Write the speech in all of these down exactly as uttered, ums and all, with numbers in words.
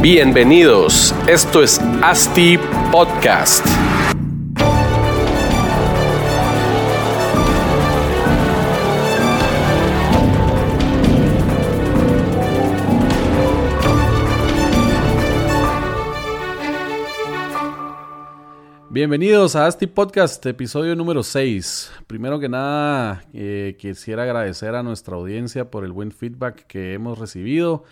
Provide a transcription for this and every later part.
Bienvenidos, esto es ASTI Podcast. Bienvenidos a ASTI Podcast, episodio número seis. Primero que nada, eh, quisiera agradecer a nuestra audiencia por el buen feedback que hemos recibido.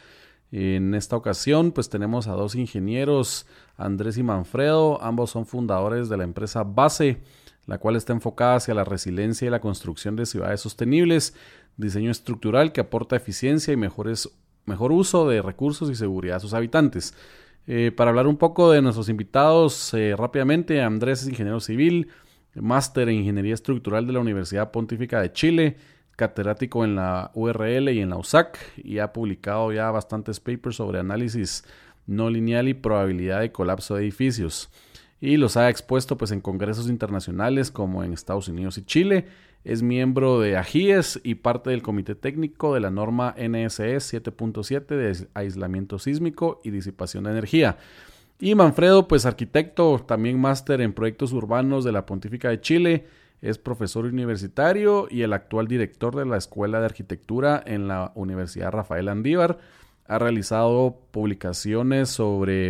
En esta ocasión, pues tenemos a dos ingenieros, Andrés y Manfredo. Ambos son fundadores de la empresa Base, la cual está enfocada hacia la resiliencia y la construcción de ciudades sostenibles, diseño estructural que aporta eficiencia y mejores, mejor uso de recursos y seguridad a sus habitantes. Eh, para hablar un poco de nuestros invitados eh, rápidamente, Andrés es ingeniero civil, máster en ingeniería estructural de la Universidad Pontífica de Chile, catedrático en la U R L y en la U S A C, y ha publicado ya bastantes papers sobre análisis no lineal y probabilidad de colapso de edificios, y los ha expuesto pues en congresos internacionales como en Estados Unidos y Chile. Es miembro de AGIES y parte del comité técnico de la norma N S E siete punto siete de aislamiento sísmico y disipación de energía. Y Manfredo, pues arquitecto, también máster en proyectos urbanos de la Pontífica de Chile, es profesor universitario y el actual director de la Escuela de Arquitectura en la Universidad Rafael Andívar. Ha realizado publicaciones sobre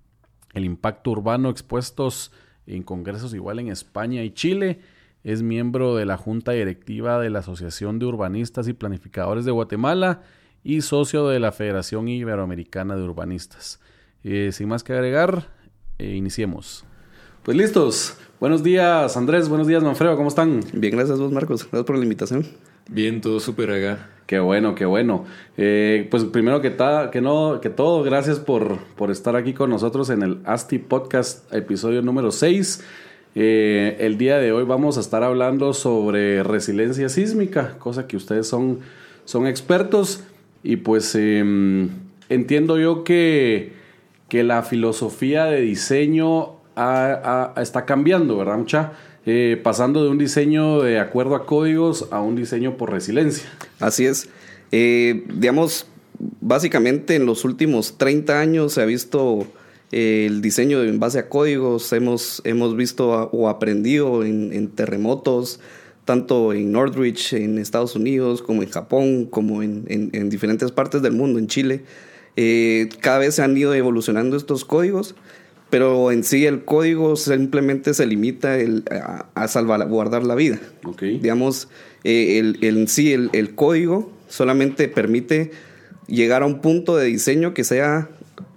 el impacto urbano expuestos en congresos igual en España y Chile. Es miembro de la Junta Directiva de la Asociación de Urbanistas y Planificadores de Guatemala y socio de la Federación Iberoamericana de Urbanistas. Eh, sin más que agregar, eh, iniciemos. Pues listos. Buenos días, Andrés. Buenos días, Manfredo. ¿Cómo están? Bien, gracias vos, Marcos. Gracias por la invitación. Bien, todo súper acá. Qué bueno, qué bueno. Eh, pues primero que, ta, que, no, que todo, gracias por, por estar aquí con nosotros en el ASTI Podcast, episodio número seis. Eh, el día de hoy vamos a estar hablando sobre resiliencia sísmica, cosa que ustedes son, son expertos. Y pues eh, entiendo yo que, que la filosofía de diseño ha, ha, está cambiando, ¿verdad, mucha? Eh, pasando de un diseño de acuerdo a códigos a un diseño por resiliencia. Así es. Eh, digamos, básicamente en los últimos treinta años se ha visto eh, el diseño en base a códigos. Hemos, hemos visto a, o aprendido en, en terremotos, tanto en Northridge, en Estados Unidos, como en Japón, como en, en, en diferentes partes del mundo, en Chile. Eh, cada vez se han ido evolucionando estos códigos, pero en sí el código simplemente se limita el, a, a salvaguardar la vida. Okay. Digamos, eh, el, el, en sí el, el código solamente permite llegar a un punto de diseño que sea,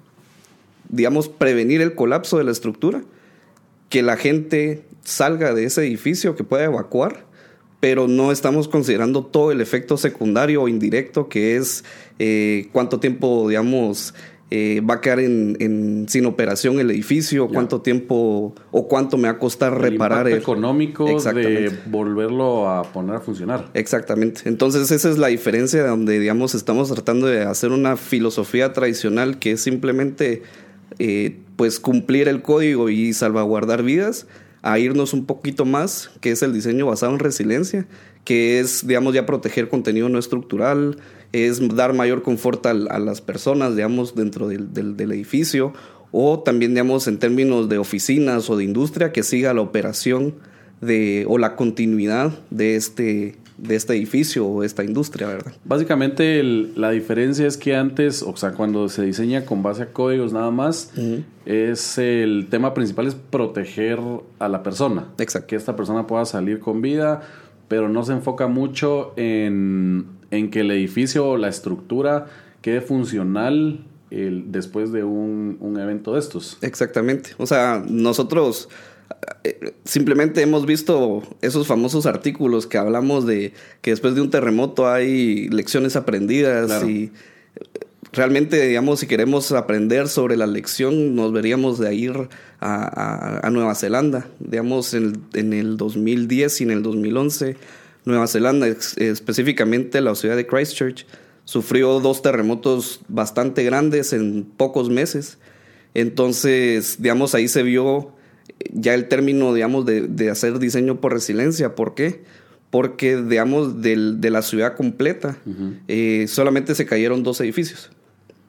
digamos, prevenir el colapso de la estructura, que la gente salga de ese edificio, que pueda evacuar, pero no estamos considerando todo el efecto secundario o indirecto, que es eh, cuánto tiempo, digamos, Eh, va a quedar en, en, sin operación el edificio, ya. Cuánto tiempo o cuánto me va a costar el reparar el impacto económico de volverlo a poner a funcionar. Exactamente. Entonces esa es la diferencia, donde digamos estamos tratando de hacer una filosofía tradicional que es simplemente eh, pues cumplir el código y salvaguardar vidas, a irnos un poquito más, que es el diseño basado en resiliencia, que es, digamos, ya proteger contenido no estructural, es dar mayor confort a, a las personas, digamos, dentro del, del, del edificio, o también, digamos, en términos de oficinas o de industria, que siga la operación de, o la continuidad de este, de este edificio o esta industria, ¿verdad? Básicamente el, la diferencia es que antes, o sea, cuando se diseña con base a códigos nada más, uh-huh. es el tema principal es proteger a la persona. Exacto. Que esta persona pueda salir con vida, pero no se enfoca mucho en, en que el edificio o la estructura quede funcional el, después de un, un evento de estos. Exactamente. O sea, nosotros eh, simplemente hemos visto esos famosos artículos que hablamos de que después de un terremoto hay lecciones aprendidas. Claro. Y realmente, digamos, si queremos aprender sobre la lección, nos veríamos de ir a, a, a Nueva Zelanda. Digamos, en, en el dos mil diez y en el dos mil once, Nueva Zelanda, ex, específicamente la ciudad de Christchurch, sufrió dos terremotos bastante grandes en pocos meses. Entonces, digamos, ahí se vio ya el término, digamos, de, de hacer diseño por resiliencia. ¿Por qué? Porque, digamos, del, de la ciudad completa, uh-huh. eh, solamente se cayeron dos edificios.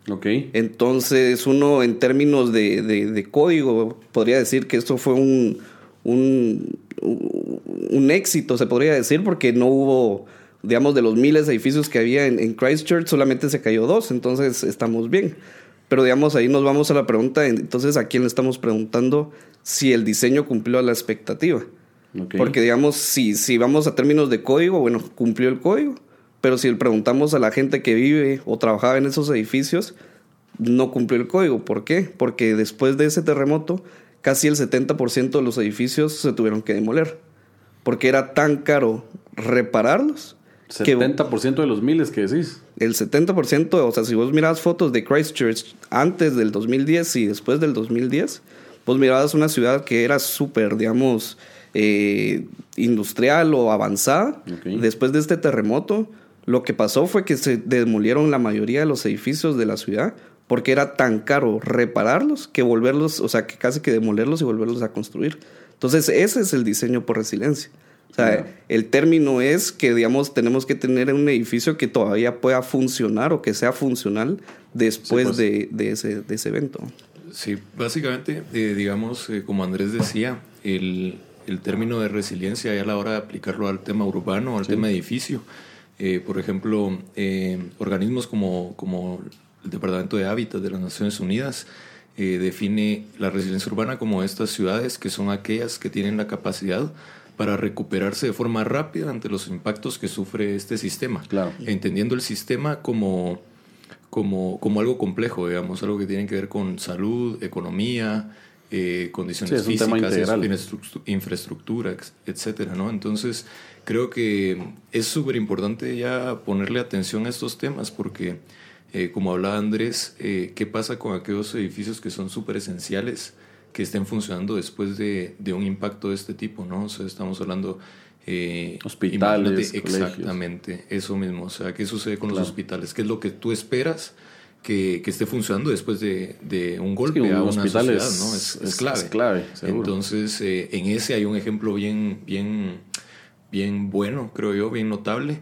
Okay. Entonces, uno en términos de, de, de código podría decir que esto fue un, un, un éxito, se podría decir, porque no hubo, digamos, de los miles de edificios que había en, en Christchurch, solamente se cayó dos, entonces estamos bien. Pero, digamos, ahí nos vamos a la pregunta, entonces, ¿a quién le estamos preguntando si el diseño cumplió a la expectativa? Okay. Porque, digamos, si, si vamos a términos de código, bueno, cumplió el código. Pero si le preguntamos a la gente que vive o trabajaba en esos edificios, no cumplió el código. ¿Por qué? Porque después de ese terremoto, casi el setenta por ciento de los edificios se tuvieron que demoler. Porque era tan caro repararlos. setenta por ciento de los miles que decís. El setenta por ciento, o sea, si vos mirás fotos de Christchurch antes del dos mil diez y después del dos mil diez, vos mirabas una ciudad que era súper, digamos, eh, industrial o avanzada. Okay. Después de este terremoto, lo que pasó fue que se demolieron la mayoría de los edificios de la ciudad porque era tan caro repararlos que volverlos, o sea, que casi que demolerlos y volverlos a construir. Entonces, ese es el diseño por resiliencia. O sea, yeah. el término es que, digamos, tenemos que tener un edificio que todavía pueda funcionar o que sea funcional después sí, pues. de, de, ese, de ese evento. Sí, básicamente, eh, digamos, eh, como Andrés decía, el, el término de resiliencia y a la hora de aplicarlo al tema urbano, al sí. tema edificio. Eh, por ejemplo, eh, organismos como, como el Departamento de Hábitat de las Naciones Unidas eh, define la resiliencia urbana como estas ciudades que son aquellas que tienen la capacidad para recuperarse de forma rápida ante los impactos que sufre este sistema. Claro. Entendiendo el sistema como, como, como algo complejo, digamos, algo que tiene que ver con salud, economía, eh, condiciones sí, físicas, infraestructura, etcétera, ¿no? Entonces, creo que es súper importante ya ponerle atención a estos temas porque, eh, como hablaba Andrés, eh, ¿qué pasa con aquellos edificios que son súper esenciales que estén funcionando después de, de un impacto de este tipo, ¿no? O sea, estamos hablando... Eh, hospitales, exactamente, colegios. Eso mismo. O sea, ¿qué sucede con claro. los hospitales? ¿Qué es lo que tú esperas que, que esté funcionando después de, de un golpe es que un a una sociedad, es, ¿no? Es, es clave. Es clave, seguro. Entonces, eh, en ese hay un ejemplo bien, bien, bien bueno, creo yo, bien notable,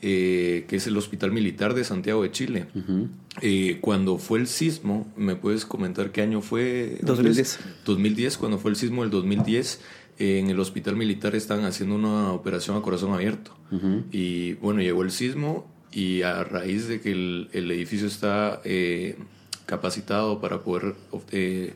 eh, que es el Hospital Militar de Santiago de Chile. Uh-huh. Eh, cuando fue el sismo, ¿me puedes comentar qué año fue? dos mil diez. dos mil diez, cuando fue el sismo del dos mil diez, eh, en el Hospital Militar estaban haciendo una operación a corazón abierto. Uh-huh. Y bueno, llegó el sismo y a raíz de que el, el edificio está eh, capacitado para poder eh,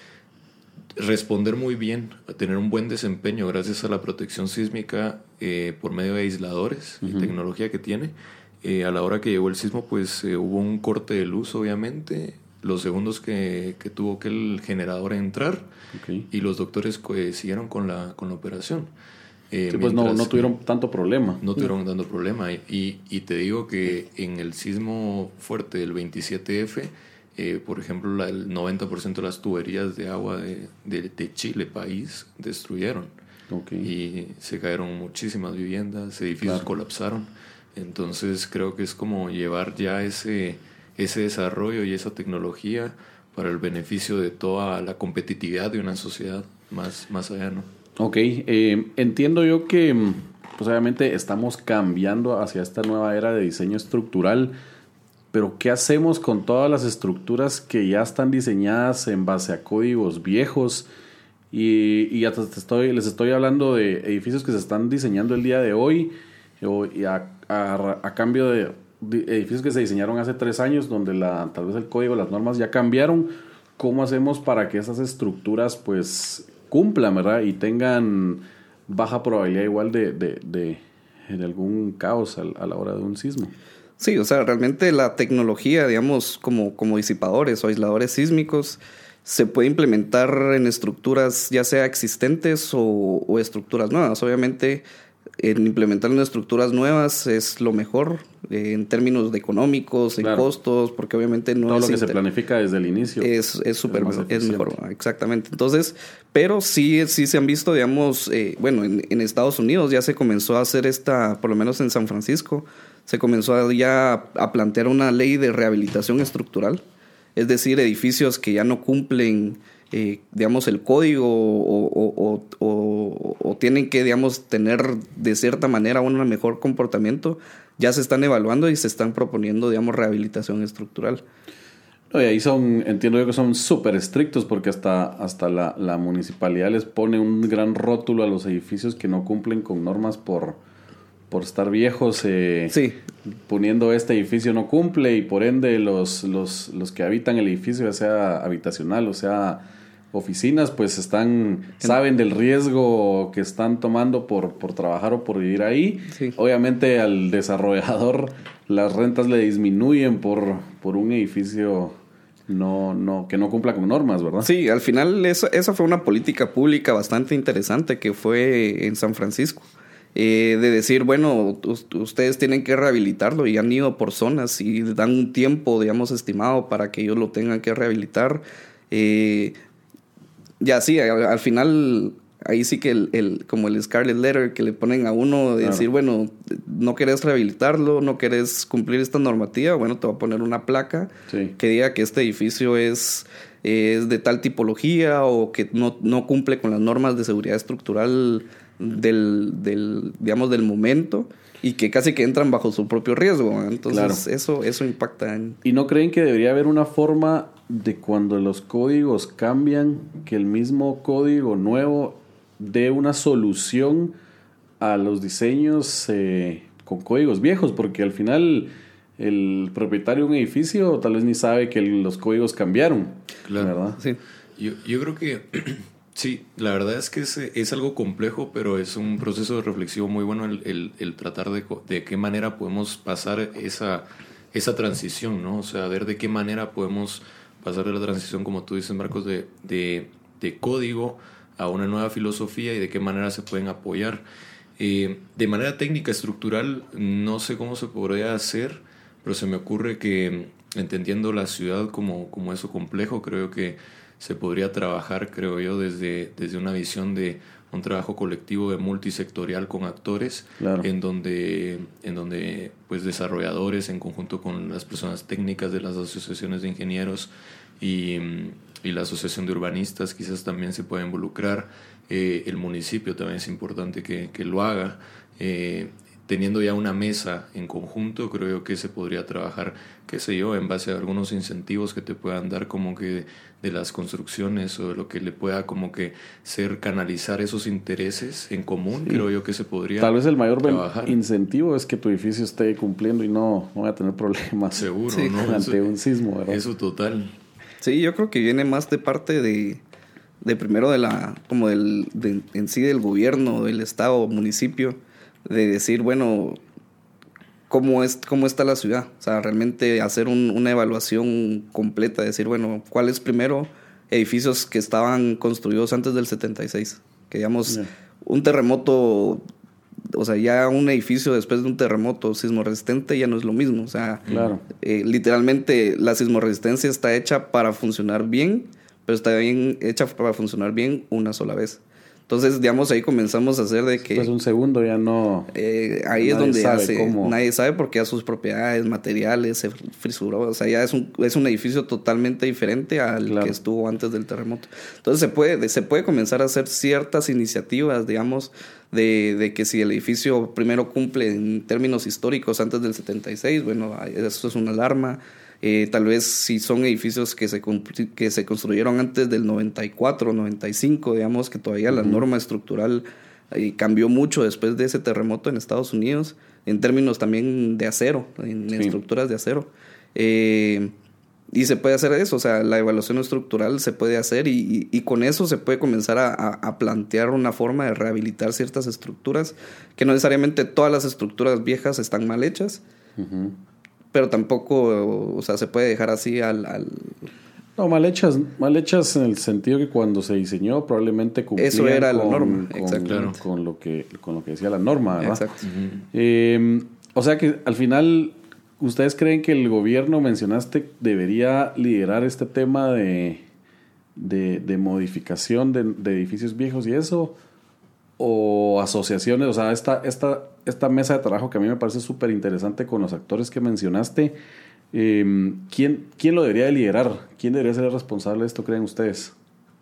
responder muy bien, a tener un buen desempeño gracias a la protección sísmica eh, por medio de aisladores uh-huh. y tecnología que tiene, eh, a la hora que llegó el sismo pues eh, hubo un corte de luz obviamente, los segundos que, que tuvo que el generador entrar okay. y los doctores eh, siguieron con la, con la operación. Eh, sí, pues no, no tuvieron tanto problema. No tuvieron tanto problema. Y, y te digo que en el sismo fuerte del veintisiete efe, eh, por ejemplo, la, el noventa por ciento de las tuberías de agua de, de, de Chile, país, destruyeron. Okay. Y se cayeron muchísimas viviendas, edificios claro. colapsaron. Entonces creo que es como llevar ya ese, ese desarrollo y esa tecnología para el beneficio de toda la competitividad de una sociedad más, más allá, ¿no? Ok, eh, entiendo yo que pues obviamente estamos cambiando hacia esta nueva era de diseño estructural, pero ¿qué hacemos con todas las estructuras que ya están diseñadas en base a códigos viejos? Y, y ya te estoy, les estoy hablando de edificios que se están diseñando el día de hoy o, y a, a, a cambio de, de edificios que se diseñaron hace tres años donde la, tal vez el código, las normas ya cambiaron. ¿Cómo hacemos para que esas estructuras pues cumplan, ¿verdad? Y tengan baja probabilidad igual de, de, de, de algún caos a, a la hora de un sismo? Sí, o sea, realmente la tecnología, digamos, como, como disipadores o aisladores sísmicos, se puede implementar en estructuras ya sea existentes o, o estructuras nuevas. Obviamente, en implementar en estructuras nuevas es lo mejor eh, en términos de económicos, en claro. costos, porque obviamente no todo es... Todo lo que inter... se planifica desde el inicio. Es es súper es, es mejor, exactamente. Entonces, pero sí, sí se han visto, digamos, eh, bueno, en, en Estados Unidos ya se comenzó a hacer esta, por lo menos en San Francisco, se comenzó a ya a plantear una ley de rehabilitación estructural. Es decir, edificios que ya no cumplen... Eh, digamos el código o, o, o, o, o tienen que digamos tener de cierta manera un mejor comportamiento, ya se están evaluando y se están proponiendo digamos rehabilitación estructural. No, y ahí son, entiendo yo que son súper estrictos porque hasta, hasta la, la municipalidad les pone un gran rótulo a los edificios que no cumplen con normas por, por estar viejos. Eh, sí. Poniendo este edificio no cumple y por ende los, los, los que habitan el edificio, ya sea habitacional o sea oficinas, pues están saben del riesgo que están tomando por, por trabajar o por vivir ahí. Sí. Obviamente al desarrollador las rentas le disminuyen por, por un edificio no, no, que no cumpla con normas, ¿verdad? Sí, al final eso, esa fue una política pública bastante interesante que fue en San Francisco. Eh, de decir, bueno, ustedes tienen que rehabilitarlo y han ido por zonas y dan un tiempo, digamos, estimado para que ellos lo tengan que rehabilitar. Eh, ya sí, al, al final, ahí sí que el, el, como el Scarlet Letter que le ponen a uno, de decir, claro, bueno, no querés rehabilitarlo, no querés cumplir esta normativa, bueno, te va a poner una placa sí. que diga que este edificio es, es de tal tipología o que no, no cumple con las normas de seguridad estructural del, del digamos del momento y que casi que entran bajo su propio riesgo. Entonces claro. eso, eso impacta en... ¿Y no creen que debería haber una forma de cuando los códigos cambian, que el mismo código nuevo dé una solución a los diseños eh, con códigos viejos? Porque al final el propietario de un edificio tal vez ni sabe que el, los códigos cambiaron. Claro. ¿Verdad? Sí. Yo, yo creo que sí, la verdad es que es, es algo complejo, pero es un proceso de reflexión muy bueno el, el, el tratar de, de qué manera podemos pasar esa, esa transición, ¿no? O sea, ver de qué manera podemos pasar de la transición, como tú dices, Marcos, de, de, de código a una nueva filosofía y de qué manera se pueden apoyar. Eh, de manera técnica, estructural, no sé cómo se podría hacer, pero se me ocurre que, entendiendo la ciudad como, como eso complejo, creo que se podría trabajar, creo yo, desde, desde una visión de un trabajo colectivo de multisectorial con actores, claro. en donde, en donde pues, desarrolladores en conjunto con las personas técnicas de las asociaciones de ingenieros y, y la asociación de urbanistas quizás también se pueda involucrar. Eh, el municipio también es importante que, que lo haga. Eh, teniendo ya una mesa en conjunto, creo yo que se podría trabajar, qué sé yo, en base a algunos incentivos que te puedan dar como que de las construcciones o de lo que le pueda como que ser canalizar esos intereses en común, sí. creo yo que se podría Tal vez el mayor trabajar. incentivo es que tu edificio esté cumpliendo y no, no vaya a tener problemas. Seguro, sí. ¿no? Ante eso, un sismo, ¿verdad? Eso total. Sí, yo creo que viene más de parte de, de primero de la, como del, de, en sí del gobierno, del estado, municipio, de decir, bueno, ¿cómo, es, cómo está la ciudad? O sea, realmente hacer un, una evaluación completa, decir, bueno, ¿cuáles primero edificios que estaban construidos antes del setenta y seis? Que digamos, yeah. un terremoto, o sea, ya un edificio después de un terremoto sismorresistente ya no es lo mismo. O sea, claro. eh, literalmente la sismorresistencia está hecha para funcionar bien, pero está bien hecha para funcionar bien una sola vez. Entonces, digamos, ahí comenzamos a hacer de que... Pues un segundo ya no... Eh, ahí es donde hace... Cómo. Nadie sabe porque ya sus propiedades, materiales, se frisuró. O sea, ya es un, es un edificio totalmente diferente al claro. que estuvo antes del terremoto. Entonces, se puede, se puede comenzar a hacer ciertas iniciativas, digamos, de, de que si el edificio primero cumple en términos históricos antes del setenta y seis, bueno, eso es una alarma. Eh, tal vez si son edificios que se, que se construyeron antes del noventa y cuatro, noventa y cinco, digamos que todavía uh-huh. la norma estructural eh, cambió mucho después de ese terremoto en Estados Unidos, en términos también de acero, en sí. estructuras de acero. Eh, y se puede hacer eso, o sea, la evaluación estructural se puede hacer y, y, y con eso se puede comenzar a, a, a plantear una forma de rehabilitar ciertas estructuras, que no necesariamente todas las estructuras viejas están mal hechas, uh-huh. pero tampoco, o sea, se puede dejar así al... al... No, mal hechas, mal hechas en el sentido que cuando se diseñó probablemente cumplían Eso era con, la norma, con, con, con, lo que, con lo que decía la norma, ¿verdad? Exacto. Uh-huh. Eh, o sea que al final, ¿ustedes creen que el gobierno, mencionaste, debería liderar este tema de, de, de modificación de, de edificios viejos y eso? ¿O asociaciones? O sea, esta, esta, esta mesa de trabajo que a mí me parece súper interesante con los actores que mencionaste, eh, ¿quién, ¿quién lo debería de liderar? ¿Quién debería ser el responsable de esto, creen ustedes?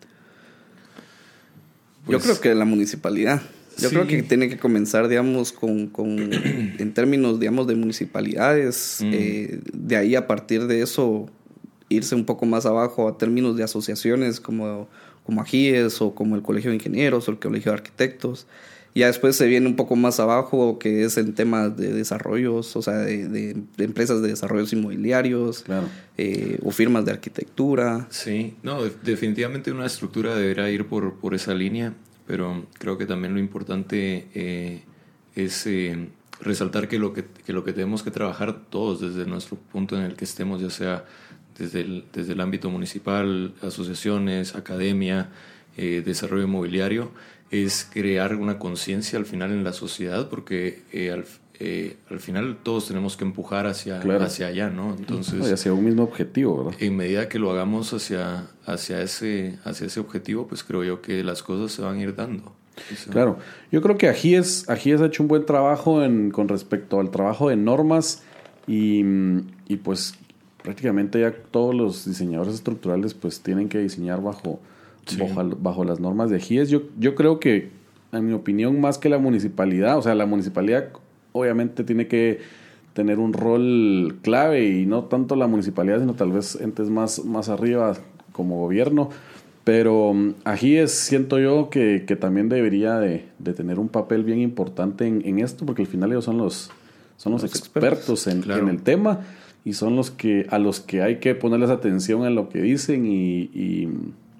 Pues, yo creo que la municipalidad. Yo sí. creo que tiene que comenzar, digamos, con, con en términos, digamos, de municipalidades. Mm. Eh, de ahí, a partir de eso, irse un poco más abajo a términos de asociaciones como, como AGIES o como el Colegio de Ingenieros o el Colegio de Arquitectos. Ya después se viene un poco más abajo, que es en temas de desarrollos, o sea, de, de, de empresas de desarrollos inmobiliarios, claro. eh, o firmas de arquitectura. Sí, no, de, definitivamente una estructura deberá ir por, por esa línea, pero creo que también lo importante eh, es eh, resaltar que lo que, que lo que tenemos que trabajar todos desde nuestro punto en el que estemos, ya sea desde el, desde el ámbito municipal, asociaciones, academia, eh, desarrollo inmobiliario, es crear una conciencia al final en la sociedad, porque eh, al, eh, al final todos tenemos que empujar hacia, claro. hacia allá, ¿no? Entonces, y hacia un mismo objetivo, ¿verdad? En medida que lo hagamos hacia, hacia, ese, hacia ese objetivo, pues creo yo que las cosas se van a ir dando. Eso. Claro, yo creo que AGIES, AGIES ha hecho un buen trabajo en, con respecto al trabajo de normas y, y pues prácticamente ya todos los diseñadores estructurales pues tienen que diseñar bajo... Sí. Bajo, bajo las normas de AGIES. Yo, yo creo que, en mi opinión, más que la municipalidad, o sea, la municipalidad obviamente tiene que tener un rol clave y no tanto la municipalidad, sino tal vez entes más, más arriba como gobierno. Pero um, AGIES siento yo que, que también debería de, de tener un papel bien importante en, en esto, porque al final ellos son los, son los, los expertos, expertos en, claro. en el tema y son los que a los que hay que ponerles atención a lo que dicen y... y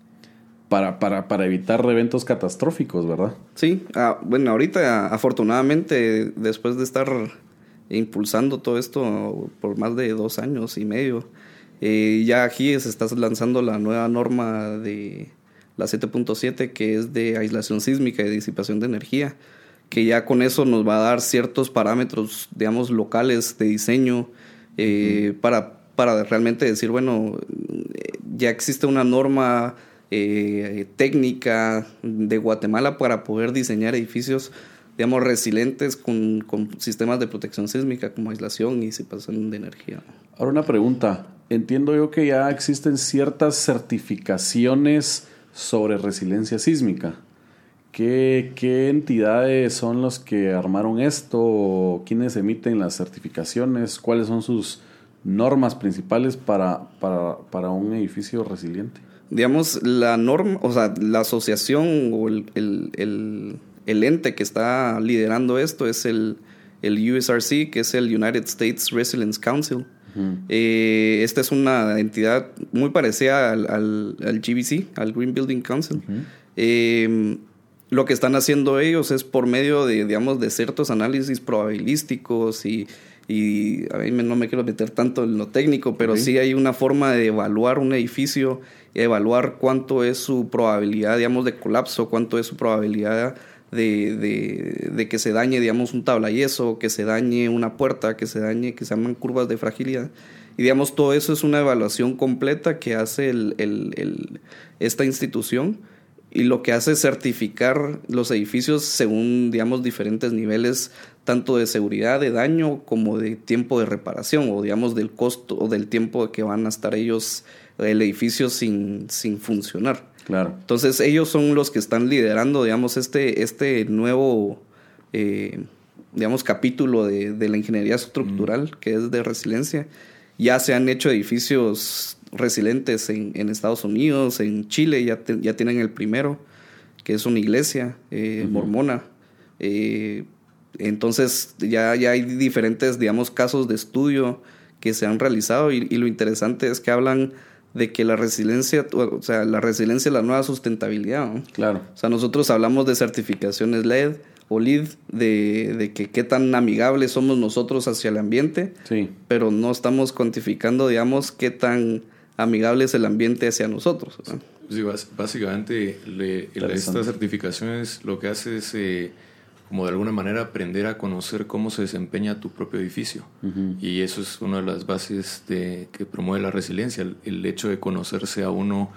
Para, para, para evitar eventos catastróficos, ¿verdad? Sí, ah, bueno, ahorita afortunadamente después de estar impulsando todo esto por más de dos años y medio, eh, ya aquí se está lanzando la nueva norma de la siete punto siete, que es de aislación sísmica y disipación de energía, que ya con eso nos va a dar ciertos parámetros, digamos, locales de diseño eh, uh-huh. para, para realmente decir, bueno, ya existe una norma... Eh, técnica de Guatemala para poder diseñar edificios, digamos, resilientes con, con sistemas de protección sísmica como aislación y disipación de energía. Ahora una pregunta. Entiendo yo que ya existen ciertas certificaciones sobre resiliencia sísmica. ¿Qué, qué entidades son los que armaron esto? ¿Quiénes emiten las certificaciones? ¿Cuáles son sus normas principales para, para, para un edificio resiliente? Digamos, la norma, o sea, la asociación o el, el, el, el ente que está liderando esto es el, el U S R C, que es el United States Resilience Council. Uh-huh. Eh, esta es una entidad muy parecida al, al, al G B C, al Green Building Council. Uh-huh. Eh, lo que están haciendo ellos es por medio de, digamos, de ciertos análisis probabilísticos y... y a mí no me quiero meter tanto en lo técnico, pero okay. sí hay una forma de evaluar un edificio, evaluar cuánto es su probabilidad, digamos, de colapso, cuánto es su probabilidad de, de, de que se dañe, digamos, un tablayeso, que se dañe una puerta, que se dañe, que se llaman curvas de fragilidad. Y, digamos, todo eso es una evaluación completa que hace el, el, el, esta institución, y lo que hace es certificar los edificios según, digamos, diferentes niveles, tanto de seguridad, de daño, como de tiempo de reparación, o digamos del costo o del tiempo que van a estar ellos, el edificio sin, sin funcionar. Claro. Entonces ellos son los que están liderando, digamos, este, este nuevo, eh, digamos, capítulo de, de la ingeniería estructural, mm. que es de resiliencia. Ya se han hecho edificios resilientes en, en Estados Unidos, en Chile, ya, te, ya tienen el primero, que es una iglesia eh, uh-huh. mormona. Eh, entonces ya, ya hay diferentes, digamos, casos de estudio que se han realizado y, y lo interesante es que hablan de que la resiliencia, o sea, la resiliencia es la nueva sustentabilidad, ¿no? Claro. O sea, nosotros hablamos de certificaciones L E D o L E E D, de, de que qué tan amigables somos nosotros hacia el ambiente, sí. pero no estamos cuantificando, digamos, qué tan amigable es el ambiente hacia nosotros, ¿no? Sí, básicamente le, estas certificaciones lo que hace es eh, como de alguna manera aprender a conocer cómo se desempeña tu propio edificio. Uh-huh. Y eso es una de las bases de, que promueve la resiliencia, el, el hecho de conocerse a uno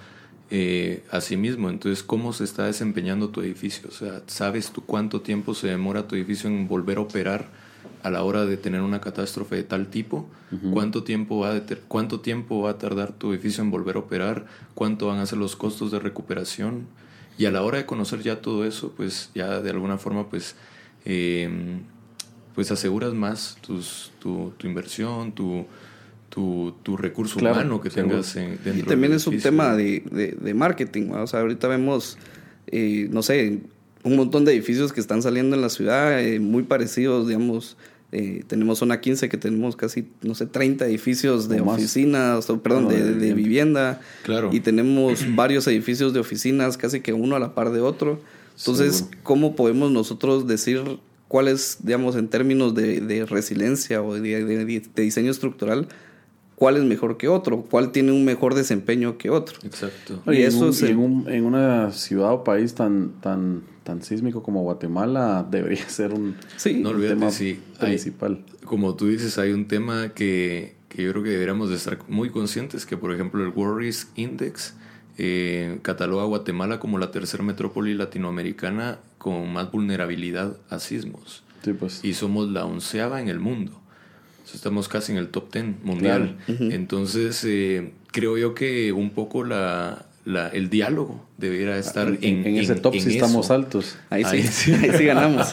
eh, a sí mismo. Entonces, ¿cómo se está desempeñando tu edificio? O sea, ¿sabes tú cuánto tiempo se demora tu edificio en volver a operar a la hora de tener una catástrofe de tal tipo? Uh-huh. ¿Cuánto tiempo va a ter- cuánto tiempo va a tardar tu edificio en volver a operar? ¿Cuánto van a ser los costos de recuperación? Y a la hora de conocer ya todo eso, pues ya de alguna forma pues, eh, pues aseguras más tus, tu, tu inversión, tu, tu, tu recurso claro, humano que tengas en, dentro. Y también del es un edificio. tema de, de, de marketing, ¿no? O sea, ahorita vemos, eh, no sé, un montón de edificios que están saliendo en la ciudad, eh, muy parecidos, digamos. Eh, tenemos zona quince que tenemos casi, no sé, treinta edificios de oficinas, o, perdón, no, de, de, de vivienda. Claro. Y tenemos varios edificios de oficinas, casi que uno a la par de otro. Entonces, Seguro. ¿cómo podemos nosotros decir cuál es, digamos, en términos de, de resiliencia o de, de, de diseño estructural, cuál es mejor que otro? ¿Cuál tiene un mejor desempeño que otro? Exacto. Y Y eso en, un, es y el- en, un- en una ciudad o país tan tan tan sísmico como Guatemala debería ser un, Sí, No un olvídate, tema sí. Hay- principal. como tú dices, hay un tema que, que yo creo que deberíamos de estar muy conscientes, que por ejemplo el World Risk Index eh, cataloga a Guatemala como la tercera metrópoli latinoamericana con más vulnerabilidad a sismos. Sí, pues. Y somos la onceava en el mundo. O sea, estamos casi en el top ten mundial. Claro. Ujú. Entonces, eh, creo yo que un poco la, la, el diálogo debería estar en, en, en ese top en sí eso. estamos altos. Ahí sí, Ahí sí. ahí sí ganamos.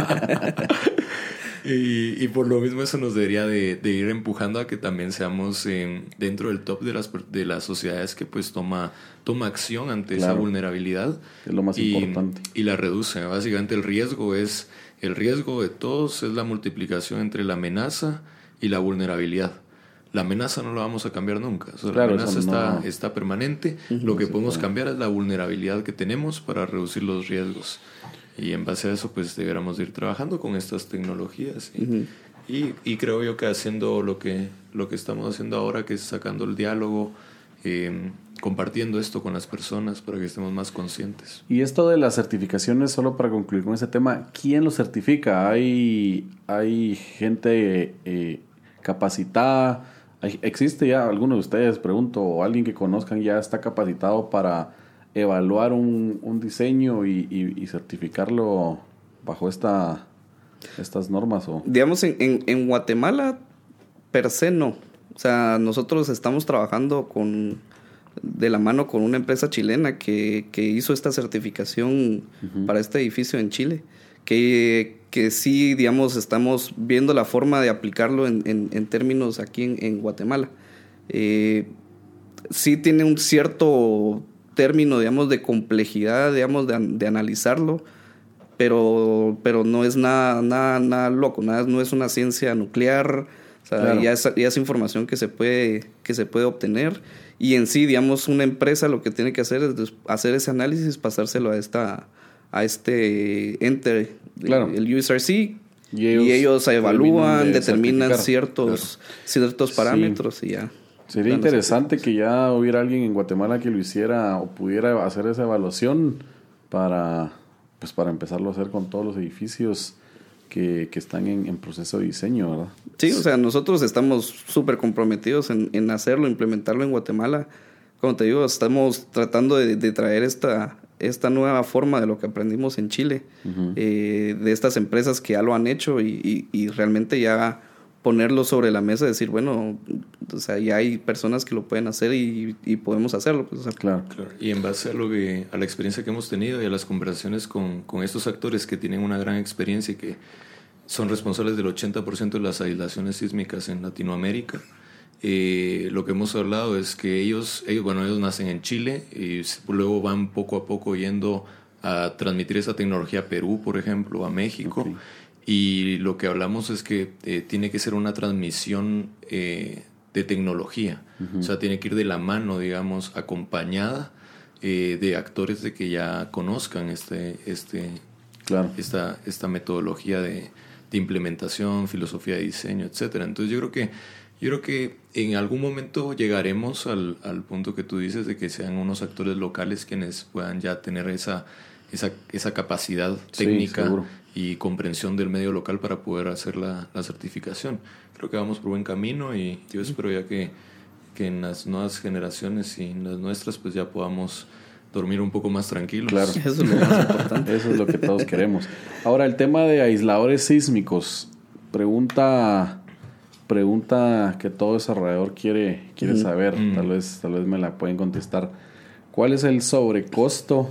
Y, y por lo mismo eso nos debería de, de ir empujando a que también seamos eh, dentro del top de las, per- de las sociedades que pues toma, toma acción ante esa Claro. vulnerabilidad. Es lo más y, importante. y la reduce. Básicamente el riesgo es, el riesgo de todos es la multiplicación entre la amenaza y la vulnerabilidad. La amenaza no la vamos a cambiar nunca. O sea, Claro, la amenaza eso no- está, está permanente. Lo que se podemos puede. cambiar es la vulnerabilidad que tenemos para reducir los riesgos. Y en base a eso, pues deberíamos ir trabajando con estas tecnologías. Y, Ujú. y, y creo yo que haciendo lo que, lo que estamos haciendo ahora, que es sacando el diálogo, eh, compartiendo esto con las personas para que estemos más conscientes. Y esto de las certificaciones, solo para concluir con ese tema, ¿quién lo certifica? ¿Hay, hay gente eh, capacitada? ¿Hay- ¿Existe ya alguno de ustedes, pregunto, o alguien que conozcan ya está capacitado para evaluar un, un diseño y, y, y certificarlo bajo esta, estas normas? O... Digamos, en, en, en Guatemala, per se no. O sea, nosotros estamos trabajando con de la mano con una empresa chilena que, que hizo esta certificación Ujú. para este edificio en Chile. Que, que sí, digamos, estamos viendo la forma de aplicarlo en, en, en términos aquí en, en Guatemala. Eh, sí tiene un cierto término, digamos, de complejidad, digamos, de, de analizarlo, pero, pero no es nada, nada, nada loco, nada, no es una ciencia nuclear, o sea, Claro. ya, es, ya es información que se puede, que se puede obtener, y en sí, digamos, una empresa lo que tiene que hacer es des- hacer ese análisis, pasárselo a esta, a este ente, Claro. el U S R C, Y y ellos ellos, terminan evalúan, de determinan certificar. ciertos, ciertos Sí. parámetros y ya. Sería dan los interesante que ya hubiera alguien en Guatemala que lo hiciera o pudiera hacer esa evaluación para, pues para empezarlo a hacer con todos los edificios que, que están en, en proceso de diseño, ¿verdad? Sí, o sea, nosotros estamos súper comprometidos en, en hacerlo, implementarlo en Guatemala. Como te digo, estamos tratando de, de traer esta, esta nueva forma de lo que aprendimos en Chile, Ujú. eh, de estas empresas que ya lo han hecho y, y, y realmente ya ponerlo sobre la mesa y decir, bueno, o sea, ya hay personas que lo pueden hacer y, y podemos hacerlo. Pues, o sea, Claro. Claro, y en base a lo que a la experiencia que hemos tenido y a las conversaciones con, con estos actores que tienen una gran experiencia y que son responsables del ochenta por ciento de las aislaciones sísmicas en Latinoamérica, eh, lo que hemos hablado es que ellos, ellos, bueno, ellos nacen en Chile y s- luego van poco a poco yendo a transmitir esa tecnología a Perú, por ejemplo, a México. Ok. Y lo que hablamos es que eh, tiene que ser una transmisión eh, de tecnología. Ujú. O sea, tiene que ir de la mano, digamos, acompañada eh, de actores de que ya conozcan este, este, Claro. esta, esta metodología de, de implementación, filosofía de diseño, etcétera. Entonces yo creo que yo creo que en algún momento llegaremos al, al punto que tú dices de que sean unos actores locales quienes puedan ya tener esa, esa, esa capacidad Sí, técnica seguro. y comprensión del medio local para poder hacer la, la certificación. Creo que vamos por buen camino y yo espero ya que, que en las nuevas generaciones y en las nuestras pues ya podamos dormir un poco más tranquilos. Claro. eso es lo más importante. Eso es lo que todos queremos. Ahora, el tema de aisladores sísmicos. Pregunta pregunta que todo desarrollador quiere, quiere Ujú. saber. Mm. Tal vez, tal vez me la pueden contestar. ¿Cuál es el sobrecosto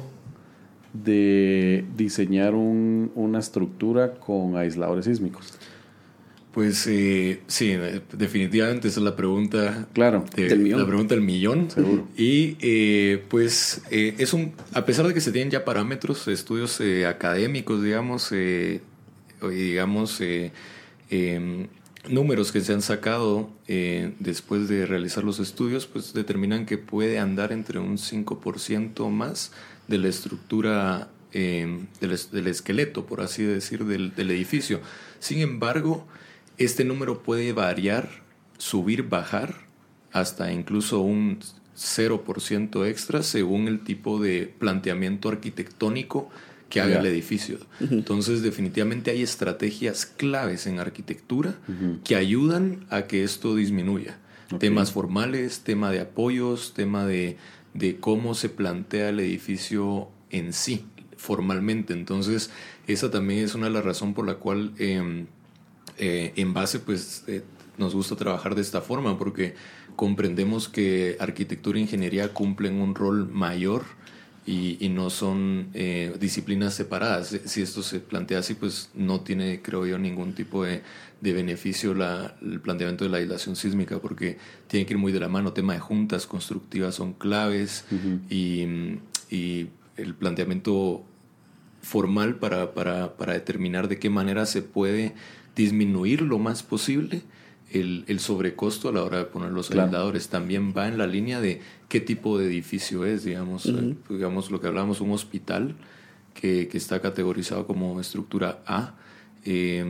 de diseñar un- una estructura con aisladores sísmicos? Pues eh, sí, definitivamente esa es la pregunta. Claro, de, del millón. La pregunta del millón. Seguro. Y eh, pues eh, es un, a pesar de que se tienen ya parámetros, estudios eh, académicos, digamos, eh, digamos, eh, eh, números que se han sacado eh, después de realizar los estudios, pues determinan que puede andar entre un cinco por ciento más de la estructura eh, del, del esqueleto, por así decir, del, del edificio. Sin embargo, este número puede variar, subir, bajar, hasta incluso un cero por ciento extra según el tipo de planteamiento arquitectónico que haga yeah. el edificio. Uh-huh. Entonces, definitivamente hay estrategias claves en arquitectura uh-huh. que ayudan a que esto disminuya. Okay. Temas formales, tema de apoyos, tema de, de cómo se plantea el edificio en sí, formalmente. Entonces, esa también es una de las razones por la cual... Eh, Eh, en base, pues, eh, nos gusta trabajar de esta forma porque comprendemos que arquitectura e ingeniería cumplen un rol mayor y, y no son eh, disciplinas separadas. Si esto se plantea así, pues no tiene, creo yo, ningún tipo de, de beneficio la, el planteamiento de la aislación sísmica porque tiene que ir muy de la mano. Tema de juntas constructivas son claves uh-huh. y, y el planteamiento formal para, para, para determinar de qué manera se puede disminuir lo más posible el, el sobrecosto a la hora de poner los claro. aisladores. También va en la línea de qué tipo de edificio es, digamos, uh-huh. eh, digamos lo que hablamos, un hospital que, que está categorizado como estructura A, eh,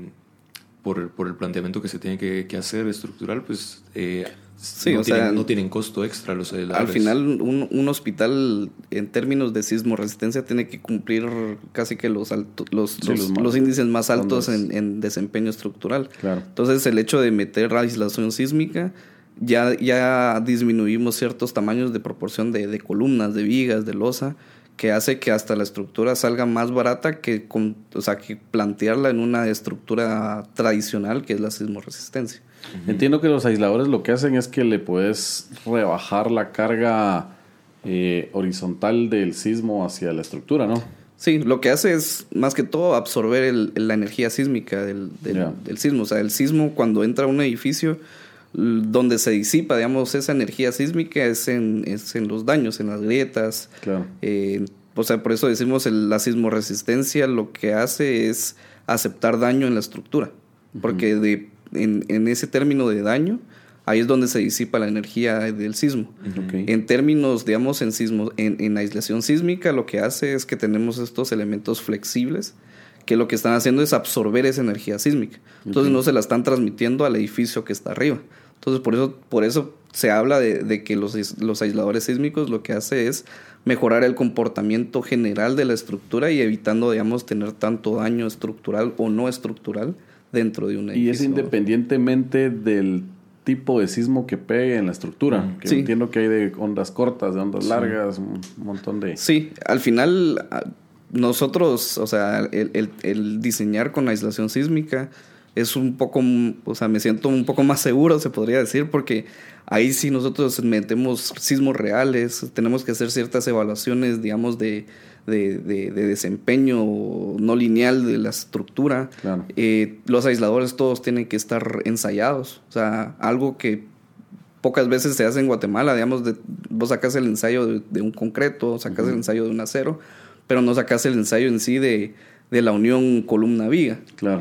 por, el, por el planteamiento que se tiene que, que hacer estructural, pues eh, sí, no, o tienen, sea, no tienen costo extra los aisladores. Al final, un, un hospital en términos de sismo resistencia tiene que cumplir casi que los alto, los, sí, los, los, más, los índices más altos en, en desempeño estructural. Claro. Entonces, el hecho de meter aislación sísmica, ya, ya disminuimos ciertos tamaños de proporción de, de columnas, de vigas, de losa, que hace que hasta la estructura salga más barata que, con, o sea, que plantearla en una estructura tradicional que es la sismoresistencia. Uh-huh. Entiendo que los aisladores lo que hacen es que le puedes rebajar la carga eh, horizontal del sismo hacia la estructura, ¿no? Sí, lo que hace es más que todo absorber el, la energía sísmica del, del, yeah. del sismo. O sea, el sismo cuando entra a un edificio, donde se disipa, digamos, esa energía sísmica es en, es en los daños, en las grietas. Claro. Eh, o sea, por eso decimos el, la sismoresistencia lo que hace es aceptar daño en la estructura. Uh-huh. Porque de, en, en ese término de daño, ahí es donde se disipa la energía del sismo. Okay. En términos, digamos, en, sismo, en, en aislación sísmica, lo que hace es que tenemos estos elementos flexibles que lo que están haciendo es absorber esa energía sísmica. Entonces, okay. no se la están transmitiendo al edificio que está arriba. Entonces, por eso, por eso se habla de, de que los, los aisladores sísmicos lo que hace es mejorar el comportamiento general de la estructura y evitando, digamos, tener tanto daño estructural o no estructural dentro de un edificio. Y es independientemente del tipo de sismo que pegue en la estructura. Mm. Que sí. Entiendo que hay de ondas cortas, de ondas sí. largas, un montón de... Sí, al final nosotros, o sea, el, el, el diseñar con aislación sísmica es un poco, o sea, me siento un poco más seguro, se podría decir, porque ahí sí nosotros metemos sismos reales, tenemos que hacer ciertas evaluaciones, digamos, de, de, de, de desempeño no lineal de la estructura. Claro. Eh, los aisladores todos tienen que estar ensayados, o sea, algo que pocas veces se hace en Guatemala, digamos, de, vos sacás el ensayo de, de un concreto, sacás uh-huh. el ensayo de un acero, pero no sacás el ensayo en sí de, de la unión columna-viga. Claro.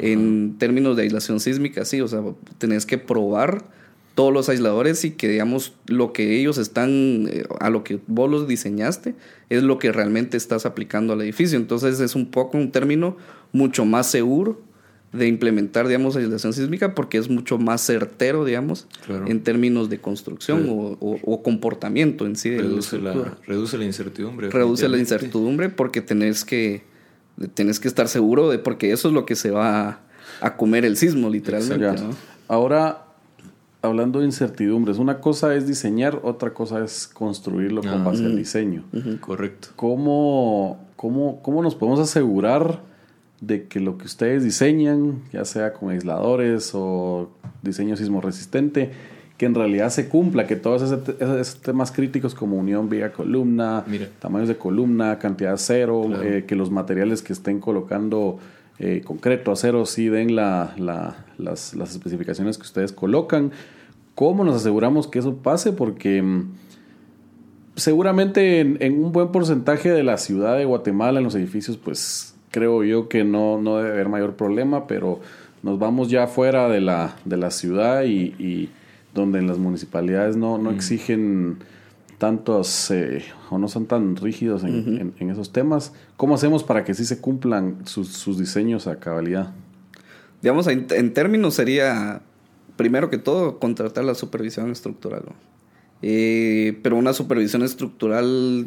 En términos de aislación sísmica, sí, o sea, tenés que probar todos los aisladores y que, digamos, lo que ellos están, eh, a lo que vos los diseñaste, es lo que realmente estás aplicando al edificio. Entonces, es un poco un término mucho más seguro de implementar, digamos, aislación sísmica porque es mucho más certero, digamos, claro. en términos de construcción Re- o, o, o comportamiento en sí de reduce la estructura. La, reduce la incertidumbre. Reduce la incertidumbre porque tenés que... Tienes que estar seguro de porque eso es lo que se va a, a comer el sismo, literalmente, ¿no? Ahora, hablando de incertidumbres, una cosa es diseñar, otra cosa es construirlo con ah, base uh-huh. al diseño. Uh-huh. Correcto. ¿Cómo, cómo, ¿Cómo nos podemos asegurar de que lo que ustedes diseñan, ya sea con aisladores o diseño sismo resistente, que en realidad se cumpla, que todos esos, esos temas críticos como unión viga columna, Mira. tamaños de columna, cantidad cero, claro. eh, que los materiales que estén colocando eh, concreto, acero, sí den la, la, las, las especificaciones que ustedes colocan. ¿Cómo nos aseguramos que eso pase? Porque mmm, seguramente en, en un buen porcentaje de la ciudad de Guatemala, en los edificios, pues creo yo que no, no debe haber mayor problema, pero nos vamos ya fuera de la, de la ciudad y, y donde en las municipalidades no, no mm. exigen tantos eh, o no son tan rígidos en, uh-huh. en, en esos temas. ¿Cómo hacemos para que sí se cumplan sus, sus diseños a cabalidad? Digamos, en, en términos sería, primero que todo, contratar la supervisión estructural, ¿no? Eh, pero una supervisión estructural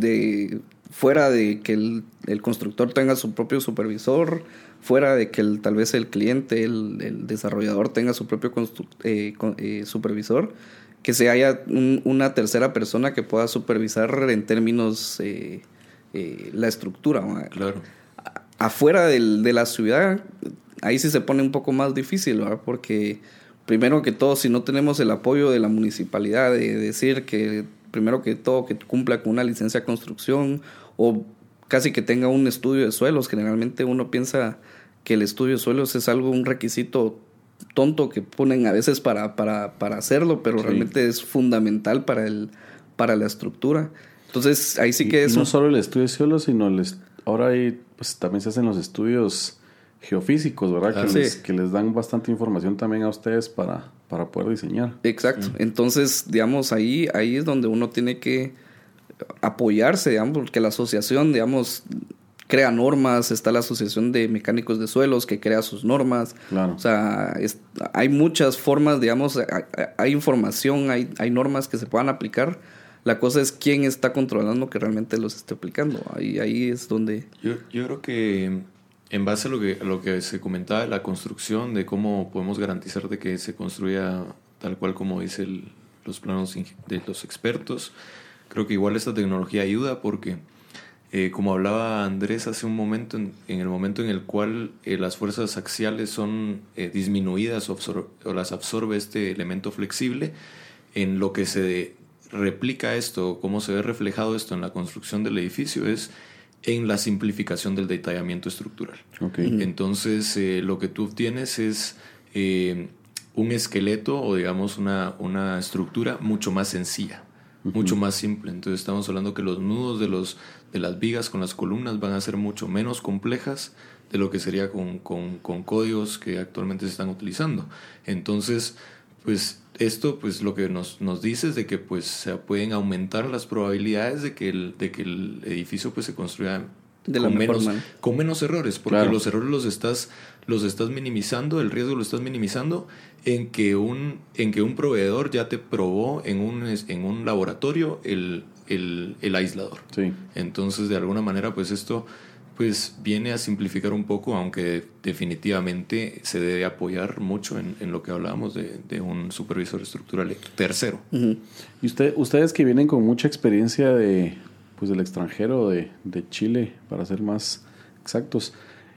de fuera de que el, el constructor tenga su propio supervisor, fuera de que el, tal vez el cliente, el, el desarrollador tenga su propio constru- eh, con, eh, supervisor, que se haya un, una tercera persona que pueda supervisar en términos eh, eh, la estructura, ¿no? Claro. A, afuera del, de la ciudad, ahí sí se pone un poco más difícil, ¿verdad? Porque primero que todo, si no tenemos el apoyo de la municipalidad de decir que primero que todo que cumpla con una licencia de construcción o casi que tenga un estudio de suelos, generalmente uno piensa que el estudio de suelos es algo, un requisito tonto que ponen a veces para, para, para hacerlo, pero sí. realmente es fundamental para, el, para la estructura. Entonces, ahí sí que y, es... Y no un... solo el estudio de suelos, sino el est- ahora hay, pues, también se hacen los estudios geofísicos, ¿verdad? Ah, que, sí. les, que les dan bastante información también a ustedes para, para poder diseñar. Exacto. Sí. Entonces, digamos, ahí, ahí es donde uno tiene que apoyarse, digamos, porque la asociación, digamos, crea normas. Está la Asociación de Mecánicos de Suelos que crea sus normas. Claro. O sea, es, hay muchas formas, digamos, hay, hay información, hay, hay normas que se puedan aplicar. La cosa es quién está controlando que realmente los esté aplicando. Ahí, ahí es donde... Yo, yo creo que en base a lo que, a lo que se comentaba de la construcción, de cómo podemos garantizar de que se construya tal cual como dice el, los planos de los expertos, creo que igual esta tecnología ayuda porque, eh, como hablaba Andrés hace un momento, en, en el momento en el cual eh, las fuerzas axiales son eh, disminuidas o, absor- o las absorbe este elemento flexible, en lo que se replica esto, cómo se ve reflejado esto en la construcción del edificio es en la simplificación del detallamiento estructural. Okay. Entonces, eh, lo que tú obtienes es eh, un esqueleto o digamos una, una estructura mucho más sencilla, uh-huh. mucho más simple. Entonces, estamos hablando que los nudos de, los, de las vigas con las columnas van a ser mucho menos complejas de lo que sería con, con, con códigos que actualmente se están utilizando. Entonces, pues esto pues lo que nos, nos dice es de que pues se pueden aumentar las probabilidades de que el, de que el edificio pues se construya de con, la menos, mejor con menos errores, porque claro. los errores los estás, los estás minimizando, el riesgo lo estás minimizando en que un, en que un proveedor ya te probó en un, en un laboratorio el, el, el aislador. Sí. Entonces de alguna manera pues esto pues viene a simplificar un poco, aunque definitivamente se debe apoyar mucho en, en lo que hablábamos de, de un supervisor estructural tercero. Uh-huh. Y usted, ustedes que vienen con mucha experiencia de pues del extranjero, de, de Chile, para ser más exactos,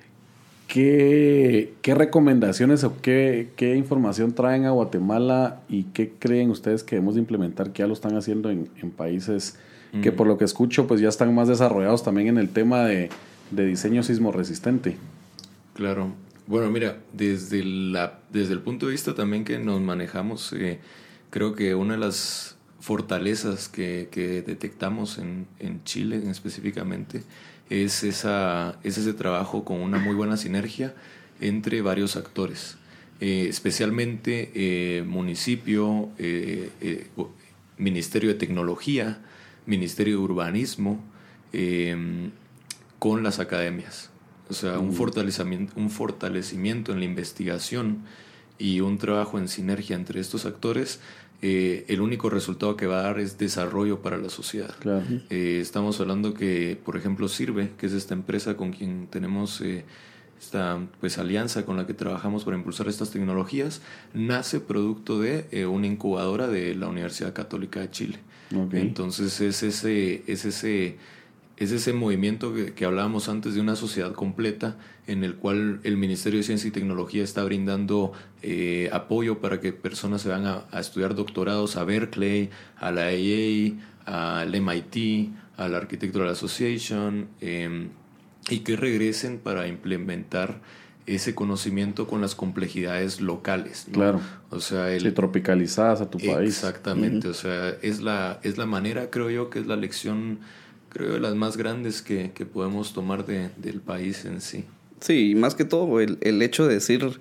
¿qué, qué recomendaciones o qué, qué información traen a Guatemala y qué creen ustedes que debemos de implementar que ya lo están haciendo en, en países uh-huh. que por lo que escucho pues ya están más desarrollados también en el tema de de diseño sismo resistente? Claro. Bueno, mira, desde, la, desde el punto de vista también que nos manejamos, eh, creo que una de las fortalezas que, que detectamos en, en Chile específicamente es, esa, es ese trabajo con una muy buena sinergia entre varios actores, eh, especialmente eh, municipio, eh, eh, Ministerio de Tecnología, Ministerio de Urbanismo, eh, con las academias. O sea, un fortalecimiento, un fortalecimiento en la investigación y un trabajo en sinergia entre estos actores, eh, el único resultado que va a dar es desarrollo para la sociedad. Claro. Eh, estamos hablando que, por ejemplo, Sirve, que es esta empresa con quien tenemos eh, esta pues, alianza con la que trabajamos para impulsar estas tecnologías, nace producto de eh, una incubadora de la Universidad Católica de Chile. Okay. Entonces es ese... Es ese Es ese movimiento que, que hablábamos antes de una sociedad completa en el cual el Ministerio de Ciencia y Tecnología está brindando eh, apoyo para que personas se van a, a estudiar doctorados a Berkeley, a la A A, al M I T, a la Architectural Association, eh, y que regresen para implementar ese conocimiento con las complejidades locales, ¿no? Claro. O sea, el, sí, tropicalizadas a tu país. Exactamente. Uh-huh. O sea, es la, es la manera, creo yo, que es la lección, creo, de las más grandes que, que podemos tomar de, del país en sí. Sí, y más que todo el, el hecho de decir,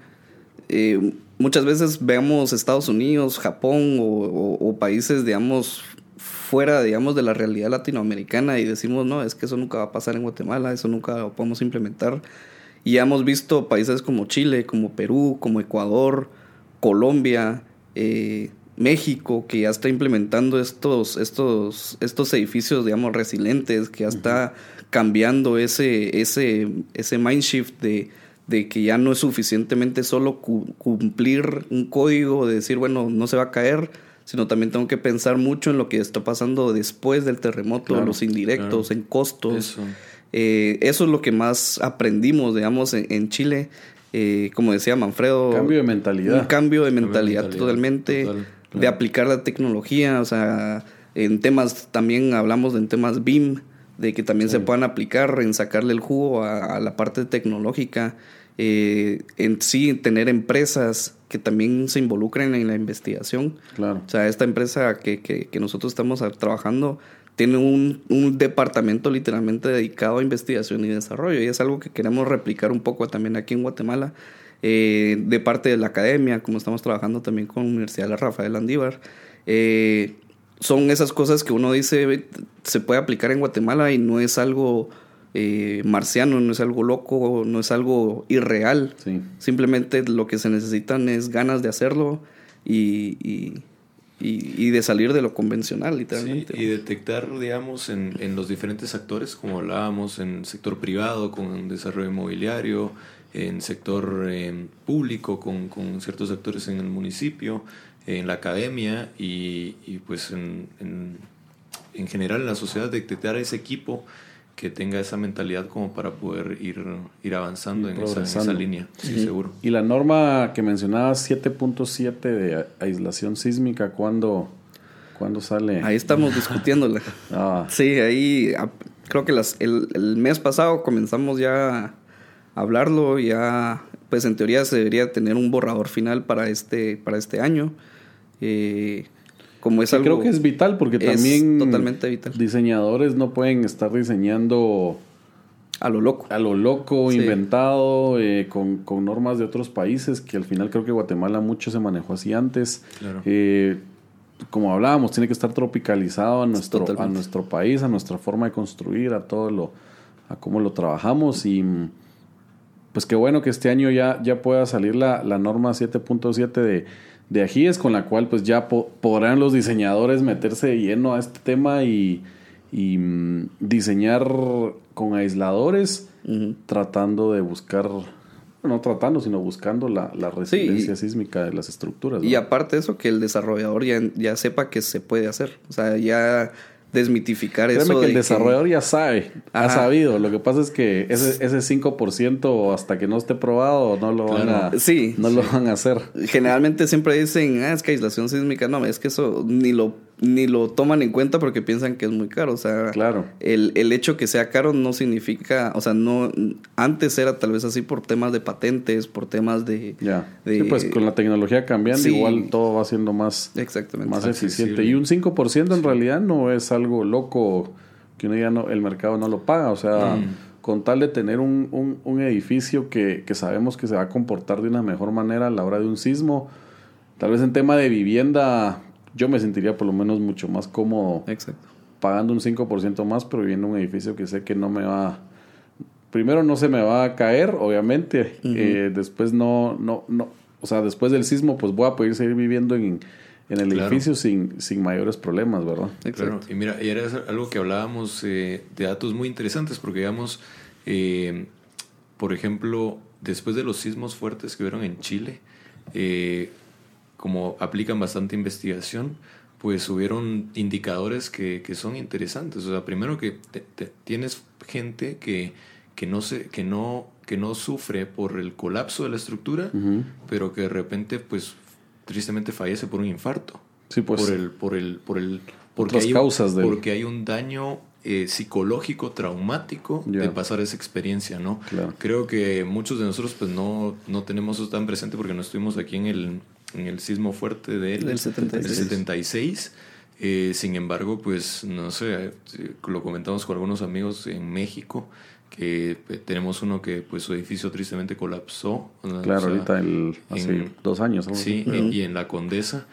eh, muchas veces veamos Estados Unidos, Japón o, o, o países, digamos, fuera, digamos, de la realidad latinoamericana y decimos, no, es que eso nunca va a pasar en Guatemala, eso nunca lo podemos implementar. Y ya hemos visto países como Chile, como Perú, como Ecuador, Colombia, eh, México, que ya está implementando estos, estos, estos edificios, digamos, resilientes, que ya uh-huh. está cambiando ese, ese, ese mind shift de, de que ya no es suficientemente solo cu- cumplir un código, de decir, bueno, no se va a caer, sino también tengo que pensar mucho en lo que está pasando después del terremoto, claro, los indirectos, claro. en costos. Eso. Eh, eso es lo que más aprendimos, digamos, en, en Chile. Eh, como decía Manfredo... Cambio de mentalidad. Un cambio de mentalidad, mentalidad totalmente. Total, claro. De aplicar la tecnología. O sea, en temas... También hablamos de en temas B I M. De que también sí. se puedan aplicar en sacarle el jugo a, a la parte tecnológica. Eh, en sí, tener empresas que también se involucren en la investigación. Claro. O sea, esta empresa que, que, que nosotros estamos trabajando... tiene un, un departamento literalmente dedicado a investigación y desarrollo, y es algo que queremos replicar un poco también aquí en Guatemala, eh, de parte de la academia, como estamos trabajando también con la Universidad de Rafael Landívar. Eh, son esas cosas que uno dice se puede aplicar en Guatemala y no es algo eh, marciano, no es algo loco, no es algo irreal. Sí. Simplemente lo que se necesitan es ganas de hacerlo y... y Y, y de salir de lo convencional, literalmente. Sí, y detectar, digamos, en, en los diferentes actores, como hablábamos, en sector privado, con desarrollo inmobiliario, en sector eh, público, con, con ciertos actores en el municipio, en la academia y, y pues en, en, en general en la sociedad, detectar a ese equipo que tenga esa mentalidad como para poder ir, ir avanzando en esa, en esa línea, sí, y, seguro. Y la norma que mencionabas, siete punto siete de aislación sísmica, ¿cuándo, ¿cuándo sale? Ahí estamos discutiéndola. Ah. Sí, ahí creo que las, el, el mes pasado comenzamos ya a hablarlo, ya pues en teoría se debería tener un borrador final para este, para este año. Eh... Como es sí, algo, creo que es vital porque también totalmente vital. Diseñadores no pueden estar diseñando a lo loco, a lo loco, sí. inventado, eh, con, con normas de otros países, que al final creo que Guatemala mucho se manejó así antes. Claro. Eh, como hablábamos, tiene que estar tropicalizado a nuestro, a nuestro país, a nuestra forma de construir, a todo lo, a cómo lo trabajamos. Y pues qué bueno que este año ya, ya pueda salir la, la norma siete punto siete de de Ajíes, con la cual pues ya po- podrán los diseñadores meterse de lleno a este tema y, y mm, diseñar con aisladores, uh-huh. tratando de buscar, no tratando, sino buscando la, la resiliencia sí, y, sísmica de las estructuras, ¿no? Y aparte de eso, que el desarrollador ya, ya sepa que se puede hacer. O sea, ya desmitificar Créeme eso. que de el desarrollador que... ya sabe, Ajá. ha sabido. Lo que pasa es que ese, ese cinco por ciento hasta que no esté probado no lo, claro. van, a, sí, no sí. lo van a hacer. Generalmente siempre dicen, ah, es que aislación sísmica. No, es que eso ni lo, ni lo toman en cuenta porque piensan que es muy caro. O sea, claro. el, el hecho que sea caro no significa... O sea, no antes era tal vez así por temas de patentes, por temas de... Ya. de sí, pues con la tecnología cambiando, sí. igual todo va siendo más, Exactamente. más eficiente. Y un cinco por ciento en sí. realidad no es algo loco que uno ya no, el mercado no lo paga. O sea, mm. con tal de tener un, un, un edificio que, que sabemos que se va a comportar de una mejor manera a la hora de un sismo, tal vez en tema de vivienda yo me sentiría por lo menos mucho más cómodo. Exacto. Pagando un cinco por ciento más, pero viviendo en un edificio que sé que no me va... Primero no se me va a caer, obviamente. Uh-huh. Eh, después no, no, no... O sea, después del sismo, pues voy a poder seguir viviendo en, en el claro. edificio sin, sin mayores problemas, ¿verdad? Claro. Y mira, y era algo que hablábamos eh, de datos muy interesantes, porque digamos, eh, por ejemplo, después de los sismos fuertes que hubieron en Chile, eh, como aplican bastante investigación, pues hubieron indicadores que, que son interesantes. O sea, primero que te, te, tienes gente que, que, no se, que, no, que no sufre por el colapso de la estructura, uh-huh. pero que de repente, pues, tristemente fallece por un infarto. Sí, pues. Por el, por el, por el, porque otras hay, causas de... Porque hay un daño eh, psicológico, traumático yeah. de pasar esa experiencia, ¿no? Claro. Creo que muchos de nosotros pues no, no tenemos eso tan presente porque no estuvimos aquí en el, en el sismo fuerte del, del setenta y seis. Del setenta y seis. Eh, sin embargo, pues no sé, lo comentamos con algunos amigos en México, que eh, tenemos uno que pues su edificio tristemente colapsó. Claro, o sea, ahorita el, hace en, dos años. ¿No? Sí, uh-huh. y en la Condesa.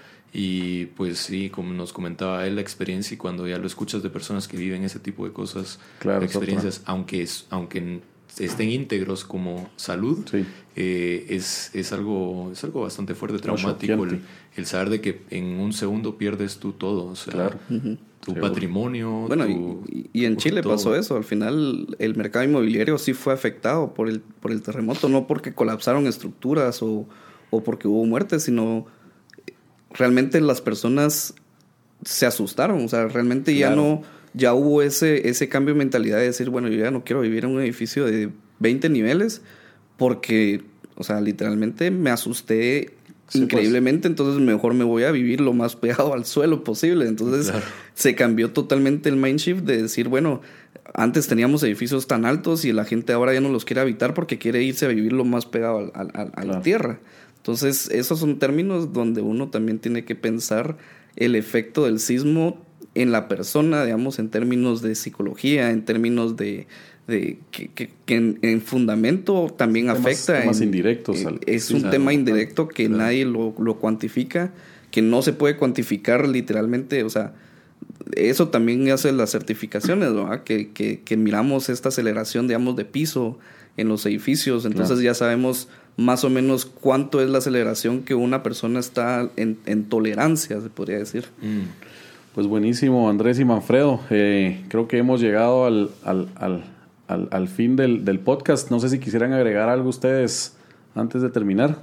Y pues sí, como nos comentaba él, la experiencia, y cuando ya lo escuchas de personas que viven ese tipo de cosas, claro, experiencias, aunque, es, aunque estén íntegros como salud, sí. eh, es, es, algo, es algo bastante fuerte, traumático, el, el saber de que en un segundo pierdes tú todo, o sea, claro. uh-huh. tu Seguro. patrimonio. Bueno, tu, y, y en Chile todo. Pasó eso, al final el mercado inmobiliario sí fue afectado por el, por el terremoto, no porque colapsaron estructuras o, o porque hubo muertes, sino realmente las personas se asustaron, o sea, realmente claro. ya no, ya hubo ese, ese cambio de mentalidad de decir, bueno, yo ya no quiero vivir en un edificio de veinte niveles porque, o sea, literalmente me asusté sí, increíblemente, pues. Entonces mejor me voy a vivir lo más pegado al suelo posible. Entonces claro. se cambió totalmente el mind shift de decir, bueno, antes teníamos edificios tan altos y la gente ahora ya no los quiere habitar porque quiere irse a vivir lo más pegado a, a, a, a claro. la tierra. Entonces, esos son términos donde uno también tiene que pensar el efecto del sismo en la persona, digamos, en términos de psicología, en términos de, de que, que, que en, en fundamento también temas, afecta. Temas en, indirectos. Eh, al, es sí, un claro, tema indirecto que claro. nadie lo, lo cuantifica, que no se puede cuantificar literalmente, o sea, eso también hace las certificaciones, ¿verdad? Que, que, que miramos esta aceleración, digamos, de piso en los edificios, entonces claro. ya sabemos más o menos cuánto es la aceleración que una persona está en, en tolerancia, se podría decir. Mm. Pues buenísimo, Andrés y Manfredo. Eh, creo que hemos llegado al, al, al, al, al fin del, del podcast. No sé si quisieran agregar algo ustedes antes de terminar.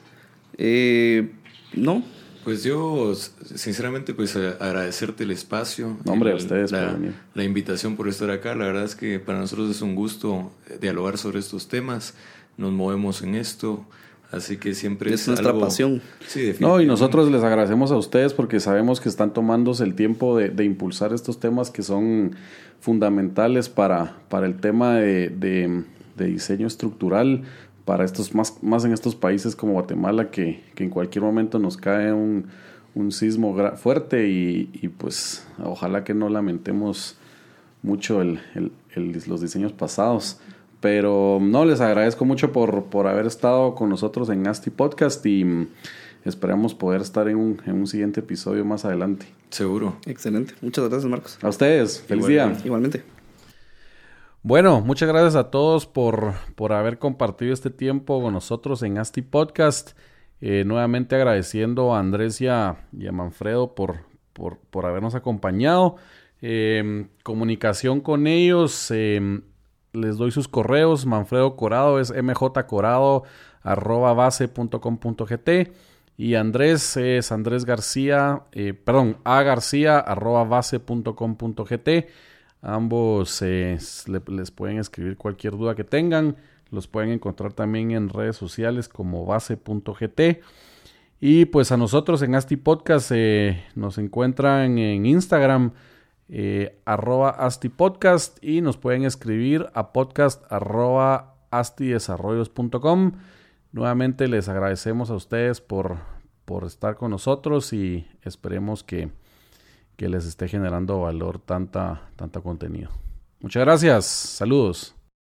Eh, no. Pues yo, sinceramente, pues agradecerte el espacio. No, hombre, el, a ustedes la, por venir. La invitación por estar acá. La verdad es que para nosotros es un gusto dialogar sobre estos temas. Nos movemos en esto, así que siempre es, es nuestra algo... pasión. Sí, definitivamente. No, y nosotros les agradecemos a ustedes porque sabemos que están tomándose el tiempo de, de impulsar estos temas que son fundamentales para, para el tema de, de, de diseño estructural, para estos más, más en estos países como Guatemala, que, que en cualquier momento nos cae un, un sismo gra- fuerte y, y pues ojalá que no lamentemos mucho el, el, el, los diseños pasados. Pero no, les agradezco mucho por, por haber estado con nosotros en Asti Podcast y esperamos poder estar en un, en un siguiente episodio más adelante. Seguro. Excelente. Muchas gracias, Marcos. A ustedes. Feliz Igual, día. Igualmente. Bueno, muchas gracias a todos por, por haber compartido este tiempo con nosotros en Asti Podcast. Eh, nuevamente agradeciendo a Andrés y a, y a Manfredo por, por, por habernos acompañado. Eh, comunicación con ellos... Eh, les doy sus correos. Manfredo Corado es mjcorado arroba base punto com punto gt y Andrés es Andrés García, eh, perdón, a García arroba base punto com punto gt. Ambos eh, le, les pueden escribir cualquier duda que tengan. Los pueden encontrar también en redes sociales como base punto gt. Y pues a nosotros en Asti Podcast eh, nos encuentran en Instagram Eh, arroba Asti Podcast y nos pueden escribir a podcast arroba astidesarrollos punto com. Nuevamente les agradecemos a ustedes por, por estar con nosotros y esperemos que, que les esté generando valor tanta, tanto contenido. Muchas gracias, saludos.